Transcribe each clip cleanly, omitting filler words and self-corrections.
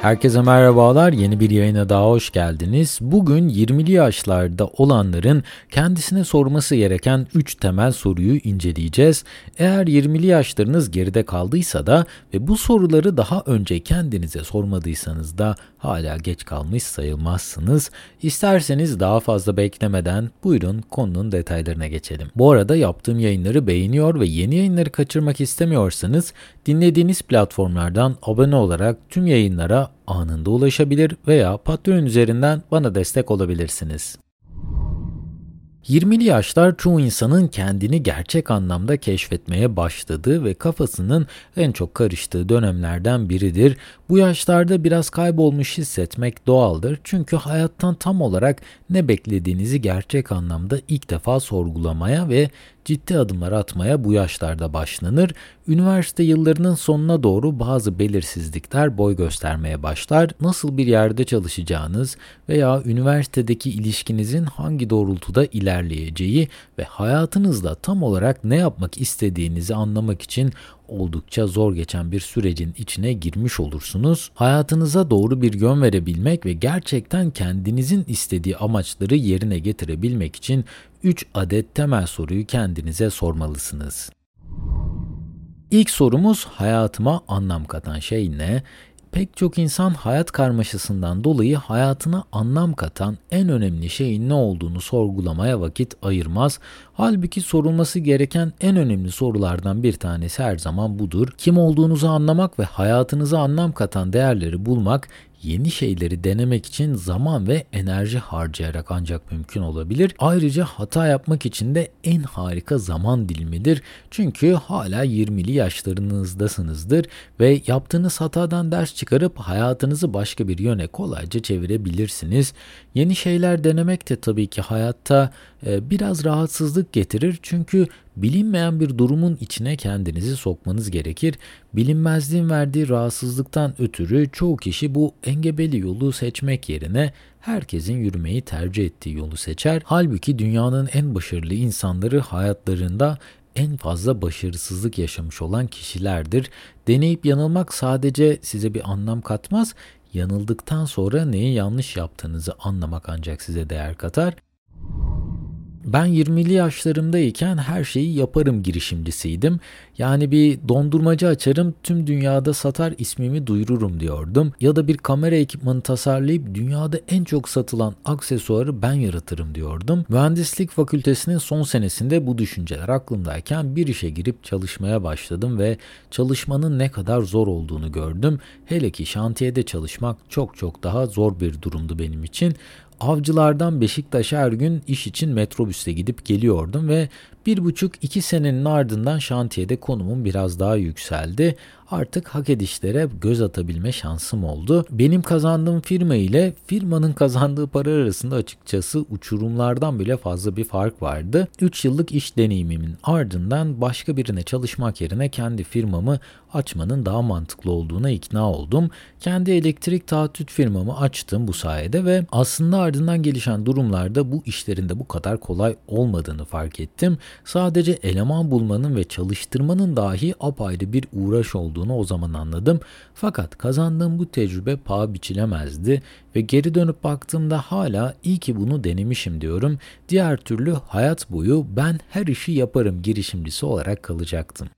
Herkese merhabalar, yeni bir yayına daha hoş geldiniz. Bugün 20'li yaşlarda olanların kendisine sorması gereken 3 temel soruyu inceleyeceğiz. Eğer 20'li yaşlarınız geride kaldıysa da ve bu soruları daha önce kendinize sormadıysanız da hala geç kalmış sayılmazsınız. İsterseniz daha fazla beklemeden buyurun konunun detaylarına geçelim. Bu arada yaptığım yayınları beğeniyor ve yeni yayınları kaçırmak istemiyorsanız dinlediğiniz platformlardan abone olarak tüm yayınlara anında ulaşabilir veya Patreon üzerinden bana destek olabilirsiniz. 20'li yaşlar çoğu insanın kendini gerçek anlamda keşfetmeye başladığı ve kafasının en çok karıştığı dönemlerden biridir. Bu yaşlarda biraz kaybolmuş hissetmek doğaldır. Çünkü hayattan tam olarak ne beklediğinizi gerçek anlamda ilk defa sorgulamaya ve ciddi adımlar atmaya bu yaşlarda başlanır. Üniversite yıllarının sonuna doğru bazı belirsizlikler boy göstermeye başlar. Nasıl bir yerde çalışacağınız veya üniversitedeki ilişkinizin hangi doğrultuda ilerleyeceği ve hayatınızda tam olarak ne yapmak istediğinizi anlamak için oldukça zor geçen bir sürecin içine girmiş olursunuz. Hayatınıza doğru bir yön verebilmek ve gerçekten kendinizin istediği amaçları yerine getirebilmek için 3 adet temel soruyu kendinize sormalısınız. İlk sorumuz hayatıma anlam katan şey ne? Pek çok insan hayat karmaşasından dolayı hayatına anlam katan en önemli şeyin ne olduğunu sorgulamaya vakit ayırmaz. Halbuki sorulması gereken en önemli sorulardan bir tanesi her zaman budur. Kim olduğunuzu anlamak ve hayatınıza anlam katan değerleri bulmak, yeni şeyleri denemek için zaman ve enerji harcayarak ancak mümkün olabilir. Ayrıca hata yapmak için de en harika zaman dilimidir. Çünkü hala 20'li yaşlarınızdasınızdır ve yaptığınız hatadan ders çıkarıp hayatınızı başka bir yöne kolayca çevirebilirsiniz. Yeni şeyler denemek de tabii ki hayatta biraz rahatsızlık getirir. Çünkü bilinmeyen bir durumun içine kendinizi sokmanız gerekir. Bilinmezliğin verdiği rahatsızlıktan ötürü çoğu kişi bu engebeli yolu seçmek yerine herkesin yürümeyi tercih ettiği yolu seçer. Halbuki dünyanın en başarılı insanları hayatlarında en fazla başarısızlık yaşamış olan kişilerdir. Deneyip yanılmak sadece size bir anlam katmaz, yanıldıktan sonra neyi yanlış yaptığınızı anlamak ancak size değer katar. Ben 20'li yaşlarımdayken her şeyi yaparım girişimcisiydim. Yani bir dondurmacı açarım, tüm dünyada satar, ismimi duyururum diyordum. Ya da bir kamera ekipmanı tasarlayıp dünyada en çok satılan aksesuarı ben yaratırım diyordum. Mühendislik fakültesinin son senesinde bu düşünceler aklımdayken bir işe girip çalışmaya başladım ve çalışmanın ne kadar zor olduğunu gördüm. Hele ki şantiyede çalışmak çok daha zor bir durumdu benim için. Avcılardan Beşiktaş'a her gün iş için metrobüste gidip geliyordum ve 1,5-2 senenin ardından şantiyede konumum biraz daha yükseldi. Artık hak edişlere göz atabilme şansım oldu. Benim kazandığım firma ile firmanın kazandığı para arasında açıkçası uçurumlardan bile fazla bir fark vardı. 3 yıllık iş deneyimimin ardından başka birine çalışmak yerine kendi firmamı açmanın daha mantıklı olduğuna ikna oldum. Kendi elektrik taahhüt firmamı açtım bu sayede ve aslında ardından gelişen durumlarda bu işlerin de bu kadar kolay olmadığını fark ettim. Sadece eleman bulmanın ve çalıştırmanın dahi apayrı bir uğraş olduğunu o zaman anladım. Fakat kazandığım bu tecrübe paha biçilemezdi ve geri dönüp baktığımda hala iyi ki bunu denemişim diyorum. Diğer türlü hayat boyu ben her işi yaparım girişimcisi olarak kalacaktım.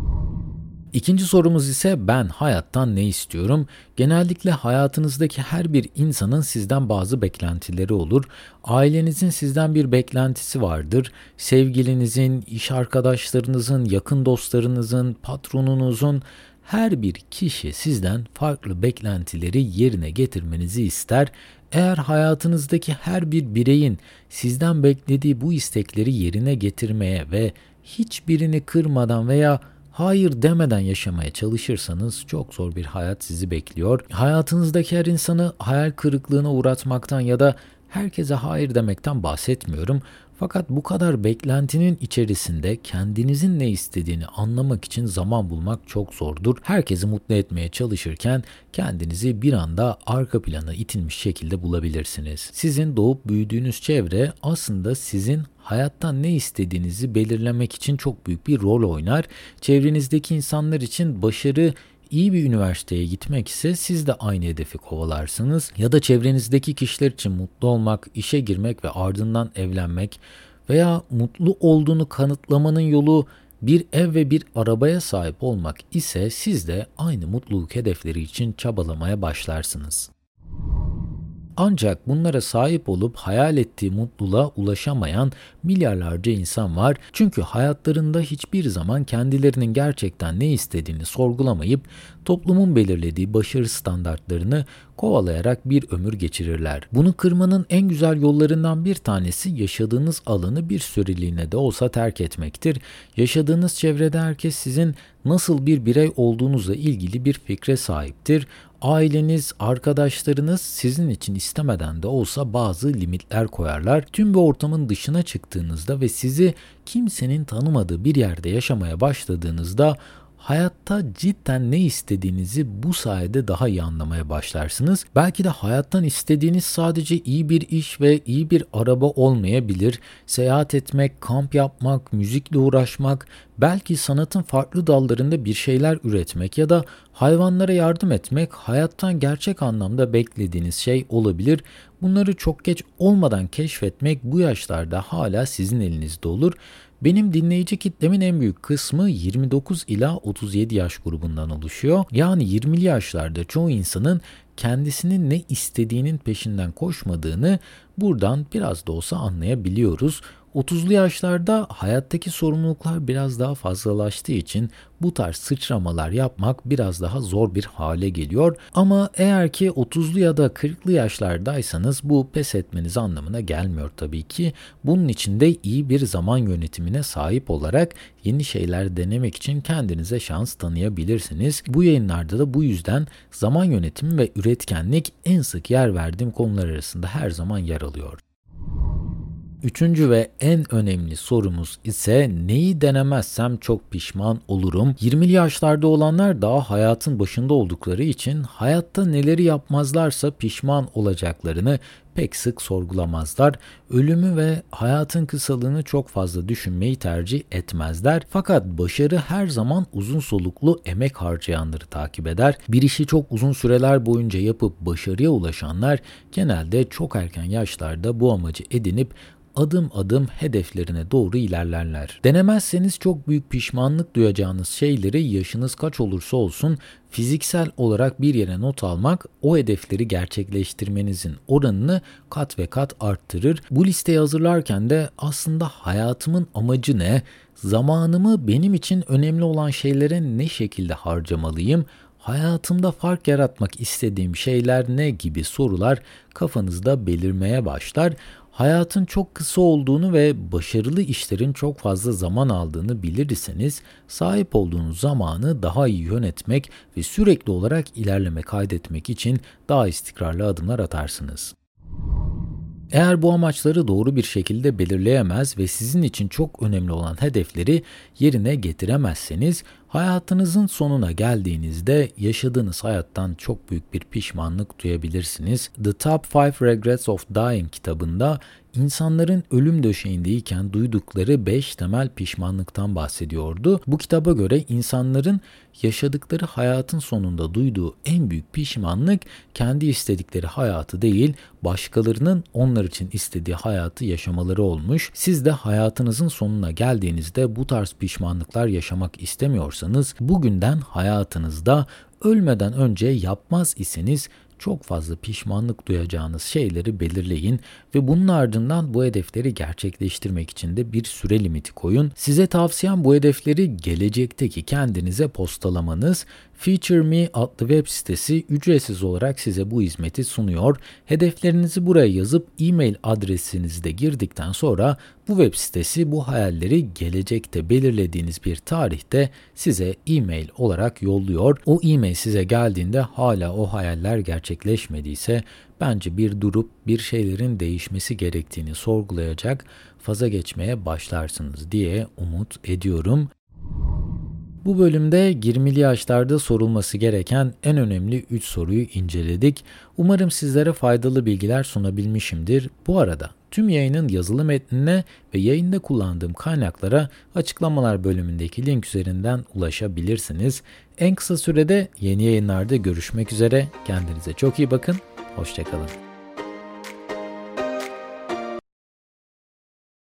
İkinci sorumuz ise ben hayattan ne istiyorum? Genellikle hayatınızdaki her bir insanın sizden bazı beklentileri olur. Ailenizin sizden bir beklentisi vardır. Sevgilinizin, iş arkadaşlarınızın, yakın dostlarınızın, patronunuzun, her bir kişi sizden farklı beklentileri yerine getirmenizi ister. Eğer hayatınızdaki her bir bireyin sizden beklediği bu istekleri yerine getirmeye ve hiçbirini kırmadan veya hayır demeden yaşamaya çalışırsanız çok zor bir hayat sizi bekliyor. Hayatınızdaki her insanı hayal kırıklığına uğratmaktan ya da herkese hayır demekten bahsetmiyorum. Fakat bu kadar beklentinin içerisinde kendinizin ne istediğini anlamak için zaman bulmak çok zordur. Herkesi mutlu etmeye çalışırken kendinizi bir anda arka plana itilmiş şekilde bulabilirsiniz. Sizin doğup büyüdüğünüz çevre aslında sizin hayattan ne istediğinizi belirlemek için çok büyük bir rol oynar. Çevrenizdeki insanlar için başarı İyi bir üniversiteye gitmek ise siz de aynı hedefi kovalarsınız. Ya da çevrenizdeki kişiler için mutlu olmak, işe girmek ve ardından evlenmek veya mutlu olduğunu kanıtlamanın yolu bir ev ve bir arabaya sahip olmak ise siz de aynı mutluluk hedefleri için çabalamaya başlarsınız. Ancak bunlara sahip olup hayal ettiği mutluluğa ulaşamayan milyarlarca insan var. Çünkü hayatlarında hiçbir zaman kendilerinin gerçekten ne istediğini sorgulamayıp toplumun belirlediği başarı standartlarını kovalayarak bir ömür geçirirler. Bunu kırmanın en güzel yollarından bir tanesi yaşadığınız alanı bir süreliğine de olsa terk etmektir. Yaşadığınız çevrede herkes sizin nasıl bir birey olduğunuzla ilgili bir fikre sahiptir. Aileniz, arkadaşlarınız sizin için istemeden de olsa bazı limitler koyarlar. Tüm bir ortamın dışına çıktığınızda ve sizi kimsenin tanımadığı bir yerde yaşamaya başladığınızda hayatta cidden ne istediğinizi bu sayede daha iyi anlamaya başlarsınız. Belki de hayattan istediğiniz sadece iyi bir iş ve iyi bir araba olmayabilir. Seyahat etmek, kamp yapmak, müzikle uğraşmak, belki sanatın farklı dallarında bir şeyler üretmek ya da hayvanlara yardım etmek hayattan gerçek anlamda beklediğiniz şey olabilir. Bunları çok geç olmadan keşfetmek bu yaşlarda hala sizin elinizde olur. Benim dinleyici kitlemin en büyük kısmı 29 ila 37 yaş grubundan oluşuyor. Yani 20'li yaşlarda çoğu insanın kendisinin ne istediğinin peşinden koşmadığını buradan biraz da olsa anlayabiliyoruz. 30'lu yaşlarda hayattaki sorumluluklar biraz daha fazlalaştığı için bu tarz sıçramalar yapmak biraz daha zor bir hale geliyor. Ama eğer ki 30'lu ya da 40'lı yaşlardaysanız bu pes etmeniz anlamına gelmiyor tabii ki. Bunun için de iyi bir zaman yönetimine sahip olarak yeni şeyler denemek için kendinize şans tanıyabilirsiniz. Bu yayınlarda da bu yüzden zaman yönetimi ve üretkenlik en sık yer verdiğim konular arasında her zaman yer alıyor. Üçüncü ve en önemli sorumuz ise neyi denemezsem çok pişman olurum. 20'li yaşlarda olanlar daha hayatın başında oldukları için hayatta neleri yapmazlarsa pişman olacaklarını pek sık sorgulamazlar. Ölümü ve hayatın kısalığını çok fazla düşünmeyi tercih etmezler. Fakat başarı her zaman uzun soluklu emek harcayanları takip eder. Bir işi çok uzun süreler boyunca yapıp başarıya ulaşanlar genelde çok erken yaşlarda bu amacı edinip adım adım hedeflerine doğru ilerlerler. Denemezseniz çok büyük pişmanlık duyacağınız şeyleri yaşınız kaç olursa olsun fiziksel olarak bir yere not almak o hedefleri gerçekleştirmenizin oranını kat ve kat arttırır. Bu listeyi hazırlarken de aslında hayatımın amacı ne? Zamanımı benim için önemli olan şeylere ne şekilde harcamalıyım? Hayatımda fark yaratmak istediğim şeyler ne gibi sorular kafanızda belirmeye başlar. Hayatın çok kısa olduğunu ve başarılı işlerin çok fazla zaman aldığını bilirseniz, sahip olduğunuz zamanı daha iyi yönetmek ve sürekli olarak ilerleme kaydetmek için daha istikrarlı adımlar atarsınız. Eğer bu amaçları doğru bir şekilde belirleyemez ve sizin için çok önemli olan hedefleri yerine getiremezseniz, hayatınızın sonuna geldiğinizde yaşadığınız hayattan çok büyük bir pişmanlık duyabilirsiniz. The Top 5 Regrets of Dying kitabında insanların ölüm döşeğindeyken duydukları 5 temel pişmanlıktan bahsediyordu. Bu kitaba göre insanların yaşadıkları hayatın sonunda duyduğu en büyük pişmanlık kendi istedikleri hayatı değil, başkalarının onlar için istediği hayatı yaşamaları olmuş. Siz de hayatınızın sonuna geldiğinizde bu tarz pişmanlıklar yaşamak istemiyorsanız, bugünden hayatınızda ölmeden önce yapmaz iseniz çok fazla pişmanlık duyacağınız şeyleri belirleyin ve bunun ardından bu hedefleri gerçekleştirmek için de bir süre limiti koyun. Size tavsiyem bu hedefleri gelecekteki kendinize postalamanız. Feature Me adlı web sitesi ücretsiz olarak size bu hizmeti sunuyor. Hedeflerinizi buraya yazıp e-mail adresinizi de girdikten sonra bu web sitesi bu hayalleri gelecekte belirlediğiniz bir tarihte size e-mail olarak yolluyor. O e-mail size geldiğinde hala o hayaller gerçekleşmediyse bence bir durup bir şeylerin değişmesi gerektiğini sorgulayacak faza geçmeye başlarsınız diye umut ediyorum. Bu bölümde 20'li yaşlarda sorulması gereken en önemli 3 soruyu inceledik. Umarım sizlere faydalı bilgiler sunabilmişimdir. Bu arada Tüm yayının yazılı metnine ve yayında kullandığım kaynaklara açıklamalar bölümündeki link üzerinden ulaşabilirsiniz. En kısa sürede yeni yayınlarda görüşmek üzere. Kendinize çok iyi bakın. Hoşça kalın.